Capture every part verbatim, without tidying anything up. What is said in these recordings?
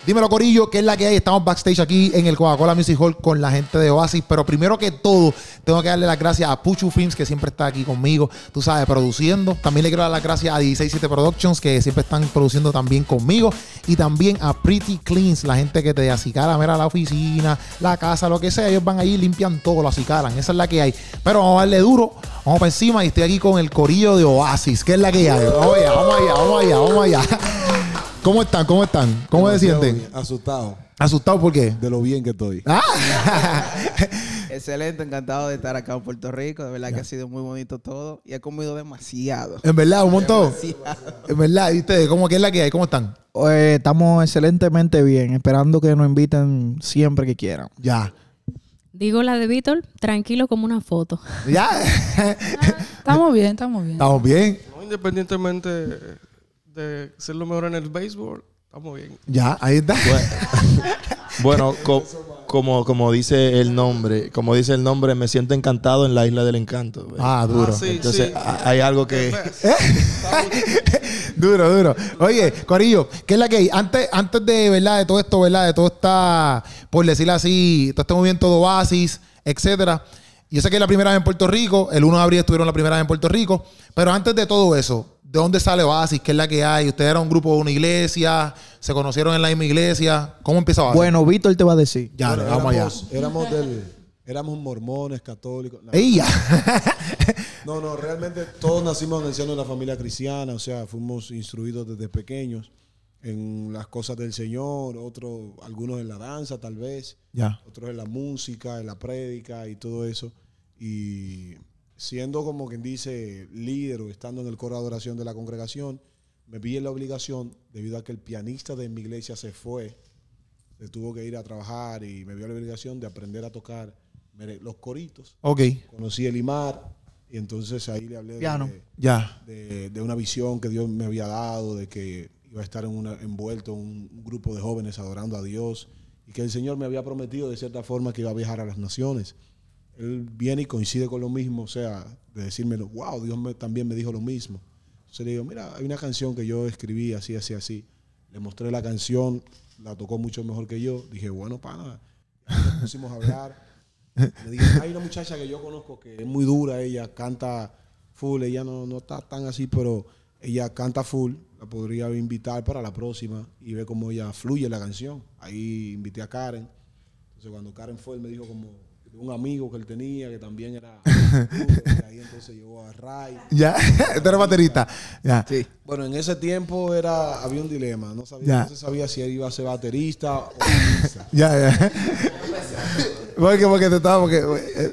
Dímelo, corillo, ¿qué es la que hay? Estamos backstage aquí en el Coca-Cola Music Hall con la gente de Oasis. Pero primero que todo, tengo que darle las gracias a Puchu Films, que siempre está aquí conmigo, tú sabes, produciendo. También le quiero dar las gracias a dieciséis siete Productions, que siempre están produciendo también conmigo. Y también a Pretty Cleans, la gente que te acicara, mira, la oficina, la casa, lo que sea. Ellos van allí y limpian todo, lo acicaran. Esa es la que hay. Pero vamos a darle duro, vamos para encima. Y estoy aquí con el corillo de Oasis, que es la que hay. Vamos allá, vamos allá, vamos allá, vamos allá. ¿Cómo están? ¿Cómo están? ¿Cómo se sienten? Asustado. ¿Asustado por qué? De lo bien que estoy. Ah. Excelente, encantado de estar acá en Puerto Rico. De verdad ya. que ha sido muy bonito todo. Y he comido demasiado. En verdad, un montón. Demasiado. En verdad, ¿y ustedes? ¿Cómo que es la que hay? ¿Cómo están? Eh, estamos excelentemente bien, esperando que nos inviten siempre que quieran. Ya. Digo la de Víctor, tranquilo como una foto. Ya. Ah, estamos bien, estamos bien. ¿Estamos bien? No, independientemente de ser lo mejor en el béisbol, estamos bien. Ya, ahí está. Bueno, bueno co como, como dice el nombre, como dice el nombre, me siento encantado en la Isla del Encanto. ¿Ves? Ah, duro. Ah, sí, Entonces, sí. hay algo que... Duro, duro. Oye, Corillo, ¿qué es la que hay? Antes, antes de, ¿verdad? De todo esto, ¿verdad? De todo esta, por decirlo así, todo este movimiento de Oasis, etcétera. Yo sé que es la primera vez en Puerto Rico. El uno de abril estuvieron la primera vez en Puerto Rico. Pero antes de todo eso, ¿de dónde sale Oasis? ¿Qué es la que hay? ¿Ustedes eran un grupo de una iglesia? ¿Se conocieron en la misma iglesia? ¿Cómo empieza Oasis? Bueno, Víctor te va a decir. Ya, Bueno, vamos éramos, allá. Éramos, del, éramos mormones, católicos. No, ¡Ella! no, no, realmente todos nacimos en el seno de una familia cristiana. O sea, fuimos instruidos desde pequeños en las cosas del Señor. Otros, algunos en la danza, tal vez. Ya. Otros en la música, en la prédica y todo eso. Y siendo como quien dice líder o estando en el coro de adoración de la congregación, me vi en la obligación, debido a que el pianista de mi iglesia se fue, se tuvo que ir a trabajar y me vi en la obligación de aprender a tocar los coritos. Ok. Conocí el Imar y entonces ahí le hablé Piano. de, Ya. de, de una visión que Dios me había dado, de que iba a estar en una, envuelto en un, un grupo de jóvenes adorando a Dios y que el Señor me había prometido de cierta forma que iba a viajar a las naciones. Él viene y coincide con lo mismo, o sea, de decirme, wow, Dios me, también me dijo lo mismo. Entonces le digo, mira, hay una canción que yo escribí así, así, así. Le mostré la canción, la tocó mucho mejor que yo. Dije, bueno, pana, nos pusimos a hablar. Le dije, hay una muchacha que yo conozco que es muy dura, ella canta full, ella no, no está tan así, pero ella canta full. La podría invitar para la próxima y ver cómo ella fluye la canción. Ahí invité a Karen. Entonces cuando Karen fue, él me dijo como... un amigo que él tenía que también era y ahí entonces llegó a Ray. Ya, este era baterista. Ya. Sí. Bueno, en ese tiempo era había un dilema, no sabía, Ya. no se sabía si él iba a ser baterista o baterista. Ya, ya. Porque, porque te estaba, porque...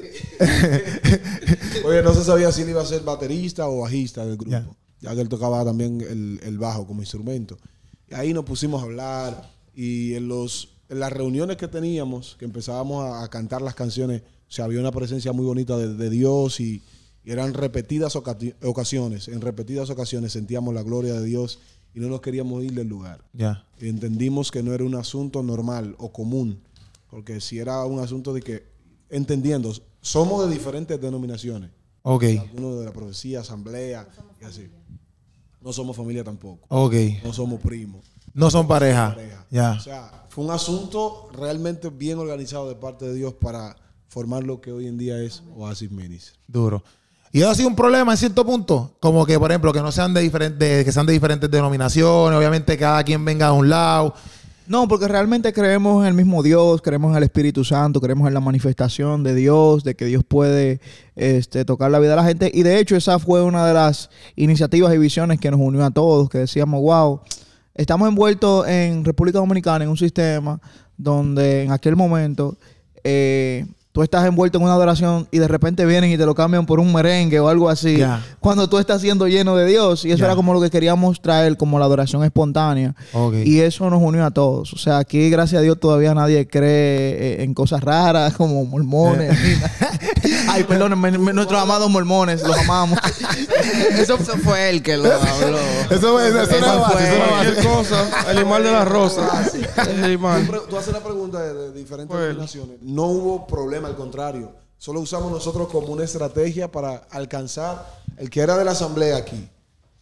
Oye, no se sabía si él iba a ser baterista o bajista del grupo. Ya. Ya que él tocaba también el, el bajo como instrumento. Y ahí nos pusimos a hablar y en los en las reuniones que teníamos, que empezábamos a, a cantar las canciones, o sea, había una presencia muy bonita de, de Dios y, y eran repetidas ocasiones. En repetidas ocasiones sentíamos la gloria de Dios y no nos queríamos ir del lugar. Ya. Y entendimos que no era un asunto normal o común, porque si era un asunto de que, entendiendo, somos de diferentes denominaciones. Ok. Algunos de la profecía, asamblea y así. No somos familia tampoco. Ok. No somos primos. No son pareja. pareja. Ya. O sea, fue un asunto realmente bien organizado de parte de Dios para formar lo que hoy en día es Oasis Ministry. Duro. Y eso ha sido un problema en cierto punto. Como que, por ejemplo, que no sean de diferentes, que sean de diferentes denominaciones. Obviamente cada quien venga de un lado. No, porque realmente creemos en el mismo Dios, creemos en el Espíritu Santo, creemos en la manifestación de Dios, de que Dios puede este, tocar la vida de la gente. Y de hecho esa fue una de las iniciativas y visiones que nos unió a todos, que decíamos, wow, estamos envueltos en República Dominicana en un sistema donde en aquel momento eh, tú estás envuelto en una adoración y de repente vienen y te lo cambian por un merengue o algo así. Yeah. Cuando tú estás siendo lleno de Dios. Y eso Yeah. era como lo que queríamos traer, como la adoración espontánea. Okay. Y eso nos unió a todos. O sea, aquí, gracias a Dios, todavía nadie cree en cosas raras como mormones. Ay, perdón, nuestros amados mormones, los amamos. Eso, eso fue él que lo habló. Eso, eso, eso, Eso no fue- eso no va a Cualquier ser. cosa, el imán de la rosa. El imán. Tú, pre- tú haces la pregunta de, de diferentes Bueno. denominaciones. No hubo problema, al contrario. Solo usamos nosotros como una estrategia para alcanzar el que era de la asamblea aquí.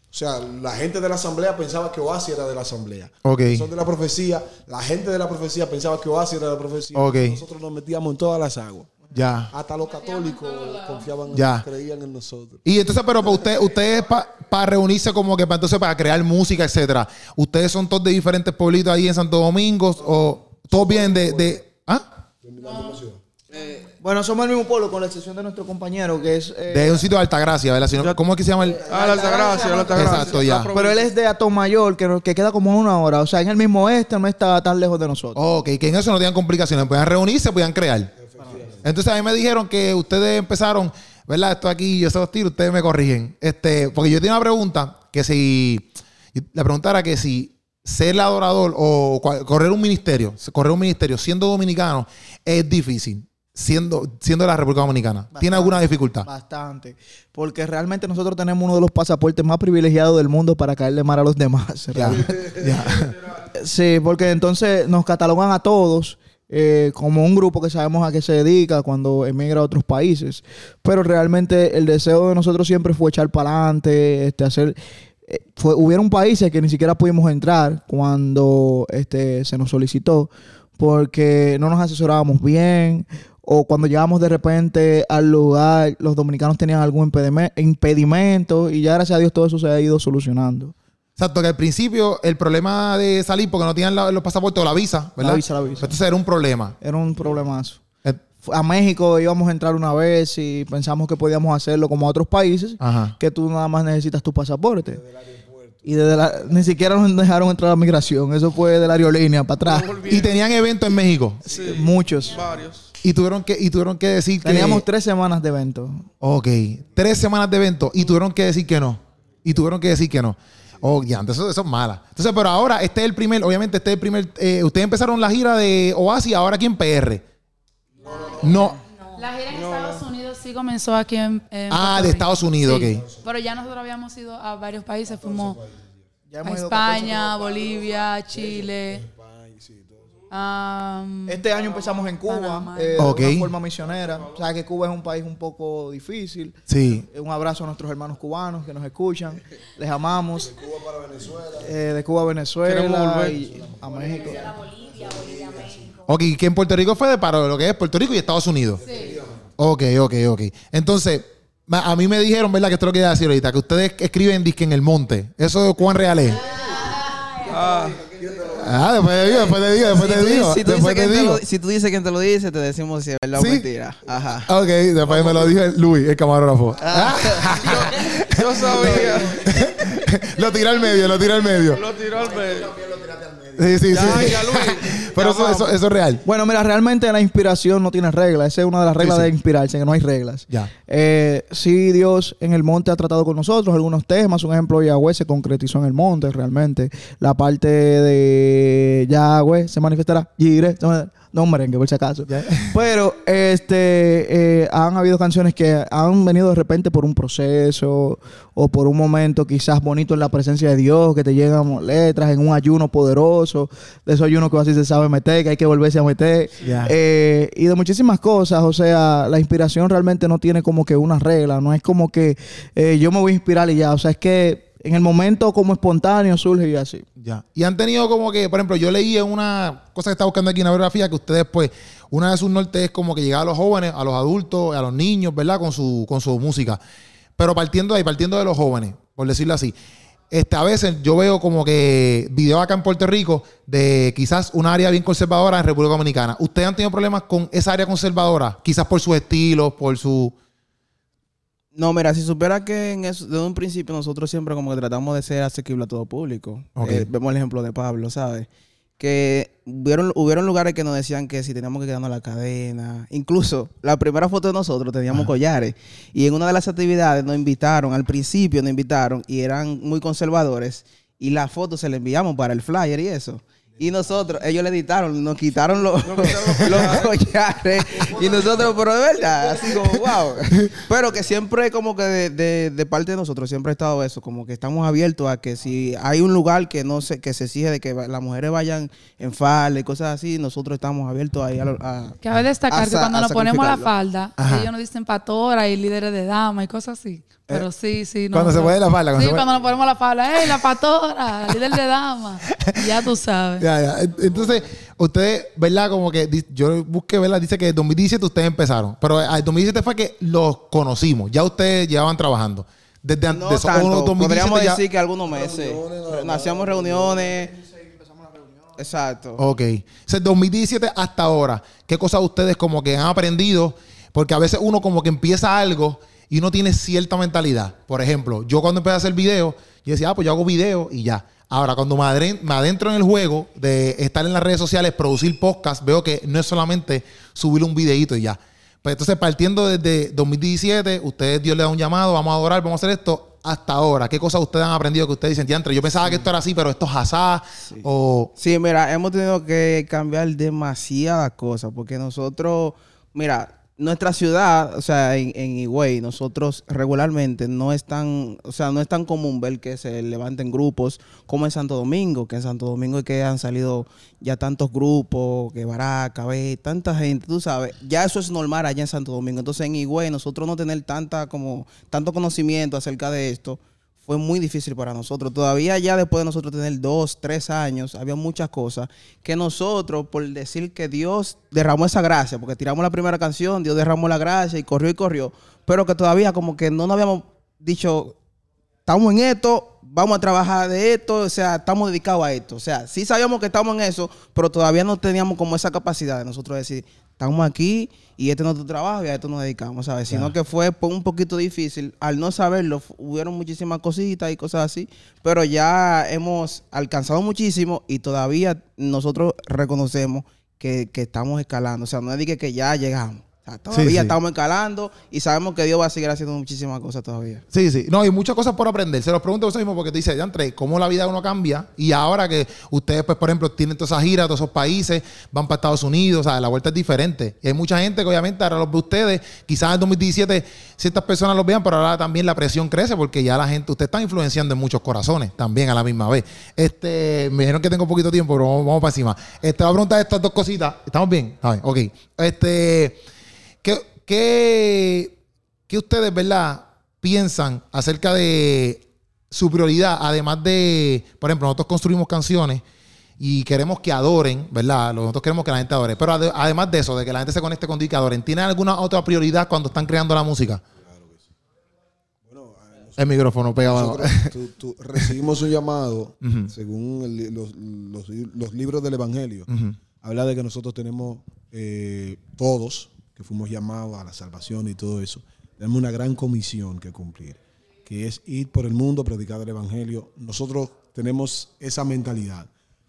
O sea, la gente de la asamblea pensaba que Oasis era de la asamblea. Ok. Son de la profecía. La gente de la profecía pensaba que Oasis era de la profecía. Ok. Nosotros nos metíamos en todas las aguas. Ya. Hasta los católicos confiaban, Ya. creían en nosotros. Y entonces, pero para usted, ustedes para reunirse como que para entonces para crear música, etcétera. ¿Ustedes son todos de diferentes pueblitos ahí en Santo Domingo o todos vienen de, de ¿ah? Bueno, somos el mismo pueblo, con la excepción de nuestro compañero, que es... eh, De un sitio de Altagracia, ¿verdad? Si no, ¿cómo es que se llama el? Ah, la Altagracia, la Altagracia. Exacto, ya. pero él es de Atomayor, que, que queda como a una hora. O sea, en el mismo este, no está tan lejos de nosotros. Ok, que en eso no tenían complicaciones. Podían reunirse, podían crear. Entonces a mí me dijeron que ustedes empezaron, ¿verdad? Esto aquí, yo se los tiro, ustedes me corrigen. Este, porque yo tenía una pregunta, que si... La pregunta era que si ser el adorador o cua- correr un ministerio, correr un ministerio siendo dominicano es difícil. Siendo, siendo de la República Dominicana. Bastante, ¿Tiene alguna dificultad? Bastante. Porque realmente nosotros tenemos uno de los pasaportes más privilegiados del mundo para caerle mal a los demás. Ya, ya. Sí, porque entonces nos catalogan a todos eh, como un grupo que sabemos a qué se dedica cuando emigra a otros países. Pero realmente el deseo de nosotros siempre fue echar para adelante, este, hacer... eh, Fue, hubieron países que ni siquiera pudimos entrar cuando este, se nos solicitó porque no nos asesorábamos bien, o cuando llegamos de repente al lugar, los dominicanos tenían algún impedime- impedimento y ya gracias a Dios todo eso se ha ido solucionando. Exacto, que al principio el problema de salir porque no tenían la- los pasaportes o la visa, ¿verdad? La visa, la visa. Entonces era un problema. Era un problemazo. Eh, A México íbamos a entrar una vez y pensamos que podíamos hacerlo como a otros países, Ajá. que tú nada más necesitas tu pasaporte. Y desde la, ni siquiera nos dejaron entrar a la migración. Eso fue de la aerolínea para atrás. Y tenían eventos en México. Sí, Muchos. varios. Y tuvieron que, y tuvieron que decir que... Teníamos tres semanas de evento. Ok. Tres semanas de evento. Y tuvieron que decir que no. Y tuvieron que decir que no. Oh, ya. Entonces eso es mala. Entonces, pero ahora este es el primer... Obviamente este es el primer... eh, ustedes empezaron la gira de Oasis ahora aquí en P R. No. La gira en Estados Unidos sí comenzó aquí en, en Ah, Puerto de Rico. Estados Unidos, Sí. ok. Pero ya nosotros habíamos ido a varios países. Fuimos Ya a hemos ido España, Bolivia, Chile. um, Este año empezamos en Cuba, Panamá. eh, Ok. de una forma misionera. O sea que Cuba es un país un poco difícil. Sí. Eh, Un abrazo a nuestros hermanos cubanos que nos escuchan. Les amamos. De Cuba para Venezuela. Eh, de Cuba a Venezuela Queremos volver. y a México. Ok, que en Puerto Rico fue de paro, lo que es Puerto Rico y Estados Unidos. Sí. Ok, ok, ok. Entonces, ma- a mí me dijeron, ¿verdad? Que esto es lo que iba a decir ahorita, que ustedes escriben disque en el monte. ¿Eso cuán real es? Ah, Ah, después te digo, después te digo, después te Si tú- digo. si tú dices Después te quién te digo. lo- si tú dices quién te lo dice, te decimos si es verdad ¿Sí? o mentira. Ajá. Ok, después me lo dijo Luis, el camarógrafo. yo sabía. Lo tiré al medio, lo tiré al medio. Lo tiró al medio. Sí, sí, Ya, sí. ya, Luis. Pero Ya eso, vamos. eso, eso es real. Bueno, mira, realmente la inspiración no tiene reglas. Esa es una de las reglas sí. de inspirarse, que no hay reglas. Ya. Eh, sí, Dios en el monte ha tratado con nosotros algunos temas. Un ejemplo, Yahweh se concretizó en el monte realmente. La parte de Yahweh se manifestará. Yire, se manifestará. No, un merengue, por si acaso. Ya. Pero este eh, han habido canciones que han venido de repente por un proceso o por un momento quizás bonito en la presencia de Dios, que te llegan letras en un ayuno poderoso, de esos ayunos que así se sabe meter, que hay que volverse a meter. Ya. Eh, y de muchísimas cosas. O sea, la inspiración realmente no tiene como que una regla. No es como que eh, yo me voy a inspirar y ya. O sea, es que en el momento como espontáneo surge y así. Ya. Y han tenido como que, por ejemplo, yo leí en una cosa que estaba buscando aquí en la biografía que ustedes, pues, una de sus nortes es como que llegar a los jóvenes, a los adultos, a los niños, ¿verdad? Con su, con su música. Pero partiendo de ahí, partiendo de los jóvenes, por decirlo así. Este, a veces yo veo como que videos acá en Puerto Rico de quizás una área bien conservadora en República Dominicana. ¿Ustedes han tenido problemas con esa área conservadora? Quizás por sus estilos, por su... No, mira, si supiera que en eso, desde un principio nosotros siempre como que tratamos de ser asequible a todo público. Ok. Eh, vemos el ejemplo de Pablo, ¿sabes? Que hubieron, hubieron lugares que nos decían que si teníamos que quedarnos la cadena. Incluso la primera foto de nosotros teníamos collares. Y en una de las actividades nos invitaron, al principio nos invitaron y eran muy conservadores. Y la foto se la enviamos para el flyer y eso. Y nosotros, ellos le editaron, nos quitaron los, los collares. Y nosotros, pero de verdad, así como, wow. Pero que siempre como que de, de, de parte de nosotros siempre ha estado eso, como que estamos abiertos a que si hay un lugar que no se, que se exige de que las mujeres vayan en falda y cosas así, nosotros estamos abiertos ahí a... a Cabe destacar a que sa- cuando a nos ponemos la sacrificarlo. falda, Ajá. ellos nos dicen pastora y líderes de dama y cosas así. Pero sí, sí. No, Cuando se no. pone la falda. Cuando Sí, se pone- cuando nos ponemos la falda. ¡Ey, la pastora! La líder de damas. Ya tú sabes. Ya, ya. Entonces, ustedes, ¿verdad? Como que di- yo busqué, ¿verdad? Dice que en dos mil diecisiete ustedes empezaron. Pero el dos mil diecisiete fue que los conocimos. Ya ustedes llevaban trabajando. Desde antes No de eso, tanto. o no, dos mil diecisiete Podríamos ya- decir que algunos meses. Hacíamos reuniones. Exacto. Ok. O sea, dos mil diecisiete hasta ahora, ¿qué cosas ustedes como que han aprendido? Porque a veces uno como que empieza algo y uno tiene cierta mentalidad. Por ejemplo, yo cuando empecé a hacer video, yo decía, ah, pues yo hago video y ya. Ahora, cuando me, adren- me adentro en el juego de estar en las redes sociales, producir podcast, veo que no es solamente subir un videíto y ya. Pues entonces, partiendo desde dos mil diecisiete, ustedes, Dios le da un llamado, vamos a adorar, vamos a hacer esto. Hasta ahora, ¿qué cosas ustedes han aprendido que ustedes dicen, diantre, yo pensaba que esto era así, pero esto es asá? O... Sí, mira, hemos tenido que cambiar demasiadas cosas porque nosotros, mira, nuestra ciudad, o sea, en, en Higüey, nosotros regularmente no es tan, o sea, no es tan común ver que se levanten grupos como en Santo Domingo, que en Santo Domingo es que han salido ya tantos grupos, que Baraca, ve, tanta gente, tú sabes, ya eso es normal allá en Santo Domingo. Entonces en Higüey, nosotros no tener tanta como tanto conocimiento acerca de esto fue muy difícil para nosotros. Todavía ya después de nosotros tener dos, tres años, había muchas cosas que nosotros, por decir que Dios derramó esa gracia, porque tiramos la primera canción, Dios derramó la gracia y corrió y corrió, pero que todavía como que no nos habíamos dicho, estamos en esto, vamos a trabajar de esto, o sea, estamos dedicados a esto. O sea, sí sabíamos que estamos en eso, pero todavía no teníamos como esa capacidad de nosotros decir, estamos aquí y este es nuestro trabajo y a esto nos dedicamos, ¿sabes? Sino que fue po- un poquito difícil. Al no saberlo, fu- hubieron muchísimas cositas y cosas así, pero ya hemos alcanzado muchísimo y todavía nosotros reconocemos que, que estamos escalando. O sea, no es de que, que ya llegamos. O sea, todavía Sí, sí. estamos escalando y sabemos que Dios va a seguir haciendo muchísimas cosas todavía. Sí, sí. No, hay muchas cosas por aprender. Se los pregunto a ustedes mismos porque te dice, Yantre, ¿cómo la vida de uno cambia? Y ahora que ustedes, pues, por ejemplo, tienen todas esas giras, todos esos países, van para Estados Unidos, o sea, la vuelta es diferente. Y hay mucha gente que obviamente ahora los ve ustedes, quizás en el dos mil diecisiete ciertas personas los vean, pero ahora también la presión crece porque ya la gente, ustedes están influenciando en muchos corazones también a la misma vez. Este, me dijeron que tengo poquito tiempo, pero vamos, vamos para encima. Este, voy a preguntar estas dos cositas. ¿Estamos bien? Está bien, ok. Este, ¿qué... ¿Qué, qué ustedes, verdad, piensan acerca de su prioridad? Además de, por ejemplo, nosotros construimos canciones y queremos que adoren, ¿verdad? Nosotros queremos que la gente adore. Pero ade- además de eso, de que la gente se conecte con Dios y que adoren, ¿tienen alguna otra prioridad cuando están creando la música? Bueno, a nosotros- El micrófono pegado. nosotros tú- tú- recibimos un llamado, según el li- los, los- los libros del Evangelio, habla de que nosotros tenemos eh, todos, que fuimos llamados a la salvación y todo eso, tenemos una gran comisión que cumplir, que es ir por el mundo, predicar el Evangelio. Nosotros tenemos esa mentalidad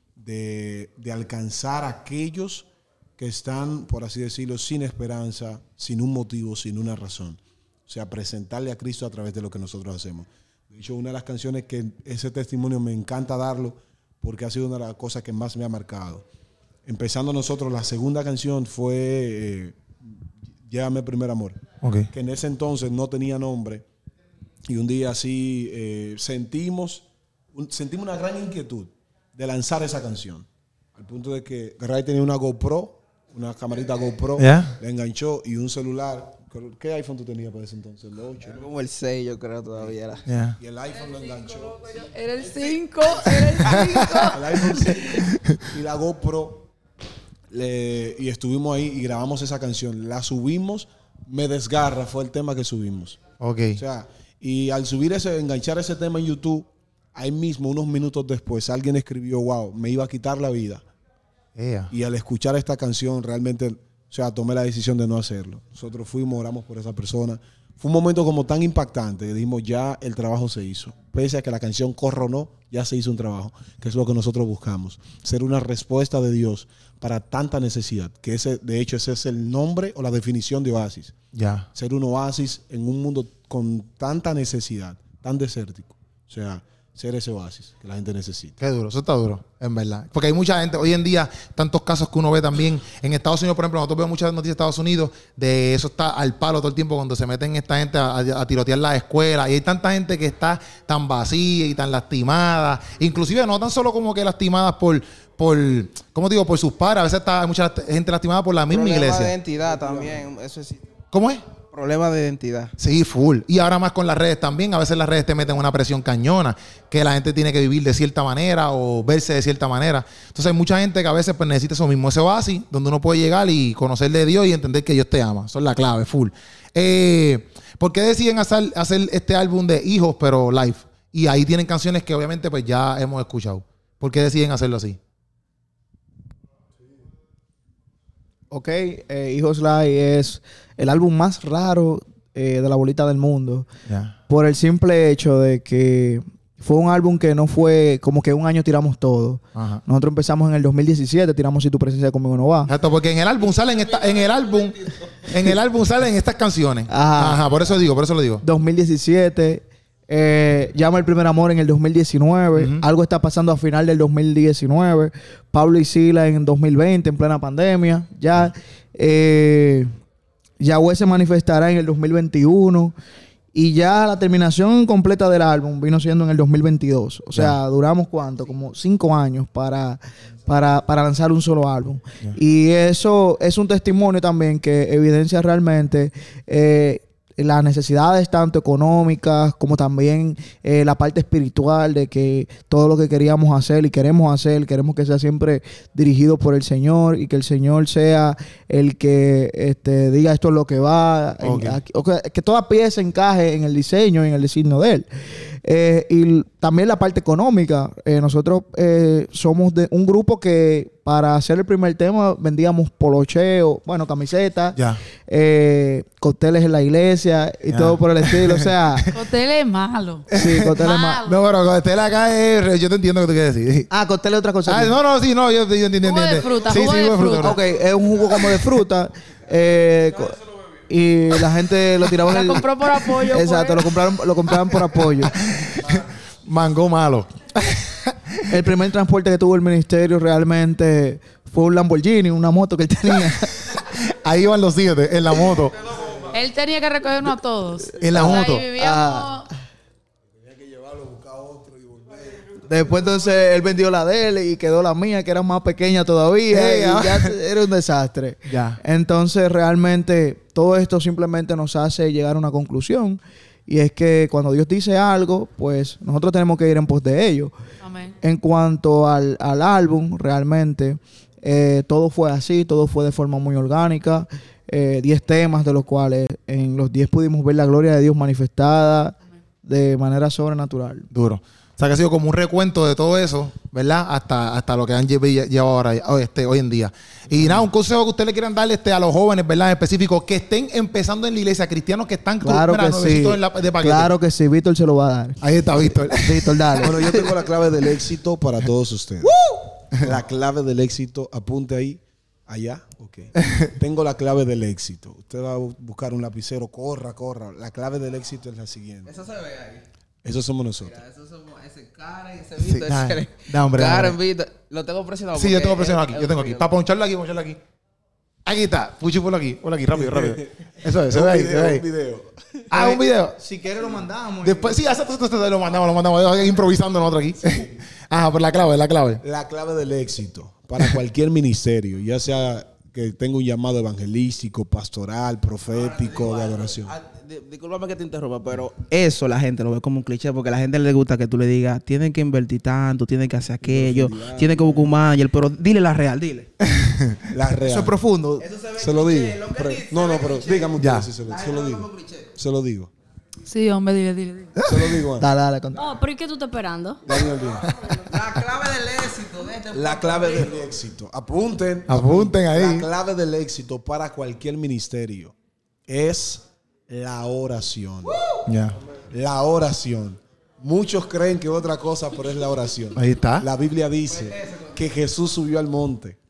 de, de alcanzar a aquellos que están, por así decirlo, sin esperanza, sin un motivo, sin una razón. O sea, presentarle a Cristo a través de lo que nosotros hacemos. De hecho, una de las canciones que ese testimonio me encanta darlo porque ha sido una de las cosas que más me ha marcado. Empezando nosotros, la segunda canción fue eh, Llévame Primer Amor, Ok. que en ese entonces no tenía nombre. Y un día así eh, sentimos, un- sentimos una gran inquietud de lanzar esa canción. Al punto de que Ray tenía una GoPro, una camarita GoPro, Yeah. le enganchó y un celular. ¿Qué iPhone tú tenías para ese entonces? El ocho, ¿no? Como el seis, yo creo, todavía era. Yeah. Y el iPhone lo enganchó. Era el cinco, era el cinco. El iPhone cinco y la GoPro. Le- y estuvimos ahí y grabamos esa canción. La subimos, Me Desgarra fue el tema que subimos. Ok. O sea, y al subir ese, enganchar ese tema en YouTube, ahí mismo, unos minutos después, alguien escribió, wow, me iba a quitar la vida. Yeah. Y al escuchar esta canción, realmente, o sea, tomé la decisión de no hacerlo. Nosotros fuimos, oramos por esa persona. Fue un momento como tan impactante que dijimos, ya el trabajo se hizo. Pese a que la canción coronó, ya se hizo un trabajo, que es lo que nosotros buscamos. Ser una respuesta de Dios para tanta necesidad. Que ese, de hecho, ese es el nombre o la definición de Oasis. Ya. Ser un oasis en un mundo con tanta necesidad, tan desértico. O sea, ser ese oasis que la gente necesita. Qué duro, eso está duro, en verdad. Porque hay mucha gente, hoy en día, tantos casos que uno ve también en Estados Unidos, por ejemplo, nosotros vemos muchas noticias de Estados Unidos, de eso está al palo todo el tiempo cuando se meten esta gente a, a tirotear las escuelas. Y hay tanta gente que está tan vacía y tan lastimada. Inclusive no tan solo como que lastimadas por, por ¿cómo digo? Por sus padres. A veces está, hay mucha gente lastimada por la misma Problema de iglesia. identidad también, eso sí. ¿Cómo es? Problema de identidad. Sí, full. Y ahora más con las redes también. A veces las redes te meten una presión cañona, que la gente tiene que vivir de cierta manera o verse de cierta manera. Entonces hay mucha gente que a veces pues, necesita eso mismo, ese oasis, donde uno puede llegar y conocer de Dios y entender que Dios te ama. Eso es la clave, full. Eh, ¿Por qué deciden hacer, hacer este álbum de Hijos, pero live? Y ahí tienen canciones que obviamente pues ya hemos escuchado. ¿Por qué deciden hacerlo así? Ok, eh, Hijos Live es el álbum más raro eh, de la bolita del mundo. Ya. Por el simple hecho de que fue un álbum que no fue como que un año tiramos todo. Ajá. Nosotros empezamos en el dos mil diecisiete, tiramos Si tu presencia conmigo no va. Exacto, porque en el álbum salen esta, en el álbum, en el álbum salen estas canciones. Ajá. Ajá, por eso digo, por eso lo digo. dos mil diecisiete, eh, Llama el primer amor en el dos mil diecinueve. Ujú. Algo está pasando a final del dos mil diecinueve. Pablo y Sila en dos mil veinte, en plena pandemia. Ya, eh, Yahweh se manifestará en el dos mil veintiuno. Y ya la terminación completa del álbum vino siendo en el dos mil veintidós. O sea, duramos cuánto, como cinco años para, para, para lanzar un solo álbum. Ya. Y eso es un testimonio también que evidencia realmente eh, las necesidades tanto económicas como también eh, la parte espiritual de que todo lo que queríamos hacer y queremos hacer, queremos que sea siempre dirigido por el Señor y que el Señor sea el que este, diga esto es lo que va, en- Ok. aquí- o que, que toda pieza encaje en el diseño y en el designio de Él. Eh, y l- también la parte económica. Eh, nosotros eh, somos de un grupo que para hacer el primer tema vendíamos polocheo, bueno, camisetas, Ya. eh, cócteles en la iglesia y Ya. todo por el estilo. O sea, Hotel es malo. sí, cócteles más. Malo. No, pero con Estela acá es, yo te entiendo lo que tú quieres decir. Ah, cócteles es otra cosa. Ah, no, no, sí, no, yo, yo entiendo. Jugo de entiendo. fruta, sí, jugo sí, de jugo de fruta. fruta. Ok, es un jugo como de fruta. eh, co- y la gente lo tiraba en La el... compró por apoyo. Exacto, lo pues. compraron, lo compraban por apoyo. Mango malo. El primer transporte que tuvo el ministerio realmente fue un Lamborghini, una moto que él tenía. Ahí iban los siete, en la moto. Él tenía que recogernos a todos. En la O sea, moto. y vivíamos... Ah. Después entonces él vendió la de él y quedó la mía, que era más pequeña todavía. Ey, y ah. ya era un desastre. Ya. Entonces realmente todo esto simplemente nos hace llegar a una conclusión. Y es que cuando Dios dice algo, pues nosotros tenemos que ir en pos de ello. Amén. En cuanto al, al álbum, realmente eh, todo fue así, todo fue de forma muy orgánica. Eh, diez temas, de los cuales en los diez pudimos ver la gloria de Dios manifestada de manera sobrenatural. Duro. O sea, que ha sido como un recuento de todo eso, ¿verdad? Hasta, hasta lo que han lle- llevado ahora, este, hoy en día. Y nada, un consejo que ustedes le quieran darle este, a los jóvenes, ¿verdad? En específico, que estén empezando en la iglesia, cristianos que están Claro mira, que sí. nuevecitos en la- de paquete. Claro que sí, Víctor se lo va a dar. Ahí está, Víctor. Víctor, dale. Bueno, yo tengo la clave del éxito para todos ustedes. La clave del éxito, apunte ahí, allá, ok. Tengo la clave del éxito. Usted va a bu- buscar un lapicero, corra, corra. La clave del éxito es la siguiente. Eso se ve ahí. Eso somos nosotros. Eso somos ese Karen, ese Sí, Víctor. dale. ese- Da, hombre, Karen, hombre. Víctor. Lo tengo presionado. Sí, yo porque tengo presionado es- aquí, es yo tengo un aquí. video. Para poncharlo aquí, poncharlo aquí. Aquí está. Puchi, ponlo aquí, ponlo aquí, rápido, rápido. Eso es, se ve ahí, se ve ahí. Un video. Ah, un video. Si quieres lo mandamos. Después, sí, hace esto, esto, lo mandamos, lo mandamos. Improvisando nosotros aquí. Ajá, por la clave, la clave. La clave del éxito para cualquier ministerio, ya sea que tenga un llamado evangelístico, pastoral, profético, de adoración. Ah, di- Discúlpame que te interrumpa, pero eso la gente lo ve como un cliché porque a la gente le gusta que tú le digas, tienen que invertir tanto, tienen que hacer aquello, tienen que buscar un manager, pero dile la real, dile. La real. Eso es profundo. Se lo digo. Pero- no, no, pero dígame Ya. usted si se lo, se lo digo. Se lo digo. Sí, hombre, dile, dile, dile. Se lo digo. Ana. Dale, dale. con- Oh, pero ¿y qué tú estás esperando? Daniel, dime. La clave del éxito de este La clave del éxito. Apunten. Apunten ahí. La clave del éxito para cualquier ministerio es la oración. Ya. La oración. Muchos creen que otra cosa, pero es la oración. Ahí está. La Biblia dice que Jesús subió al monte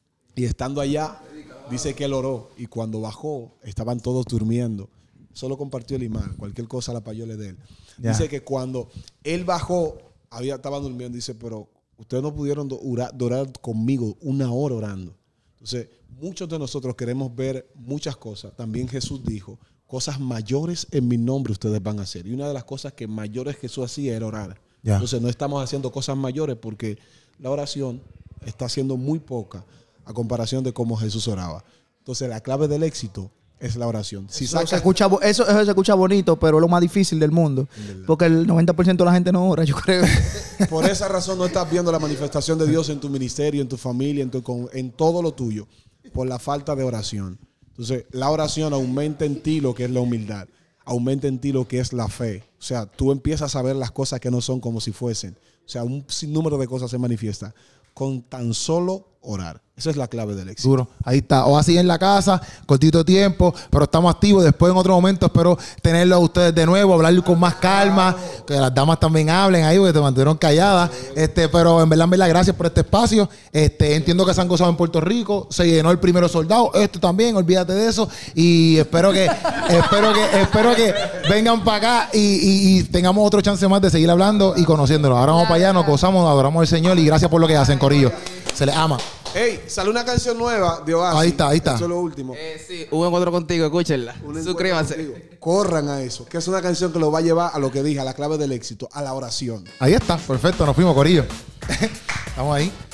y estando allá, dice que él oró y cuando bajó estaban todos durmiendo. Solo compartió el imán, cualquier cosa la payola de él. Ya. Dice que cuando él bajó, había, estaban durmiendo, dice, pero ustedes no pudieron do- orar, orar conmigo una hora orando. Entonces, muchos de nosotros queremos ver muchas cosas. También Jesús dijo, cosas mayores en mi nombre ustedes van a hacer. Y una de las cosas que mayores Jesús hacía era orar. Ya. Entonces, no estamos haciendo cosas mayores porque la oración está siendo muy poca a comparación de cómo Jesús oraba. Entonces, la clave del éxito es la oración. Si Eso, sacas, se escucha, bo- eso, eso se escucha bonito, pero es lo más difícil del mundo. Porque el noventa por ciento de la gente no ora, yo creo. por esa razón no estás viendo la manifestación de Dios en tu ministerio, en tu familia, en, tu, con- en todo lo tuyo, por la falta de oración. Entonces, la oración aumenta en ti lo que es la humildad, aumenta en ti lo que es la fe. O sea, tú empiezas a ver las cosas que no son como si fuesen. O sea, un sinnúmero de cosas se manifiesta con tan solo orar. Esa es la clave del éxito. Duro. Ahí está. O así en la casa, cortito tiempo, pero estamos activos. Después en otro momento espero tenerlo a ustedes de nuevo, hablar con más calma, que las damas también hablen ahí, porque te mantuvieron calladas. Este, pero en verdad, en verdad, gracias por este espacio. Este, entiendo que se han gozado en Puerto Rico. Se llenó el primero soldado. Esto también, olvídate de eso. Y espero que, espero que, espero que vengan para acá y, y, y tengamos otro chance más de seguir hablando y conociéndolo. Ahora vamos para allá, nos gozamos, adoramos al Señor y gracias por lo que hacen, corillo. Se les ama. Hey, sale una canción nueva de Oasis. Ahí está, ahí está. Eso es lo último. Eh, sí, un encuentro contigo, escúchenla. Un encuentro Suscríbanse. contigo. Corran a eso, que es una canción que lo va a llevar a lo que dije, a la clave del éxito, a la oración. Ahí está, perfecto, nos fuimos, corillo. Estamos ahí.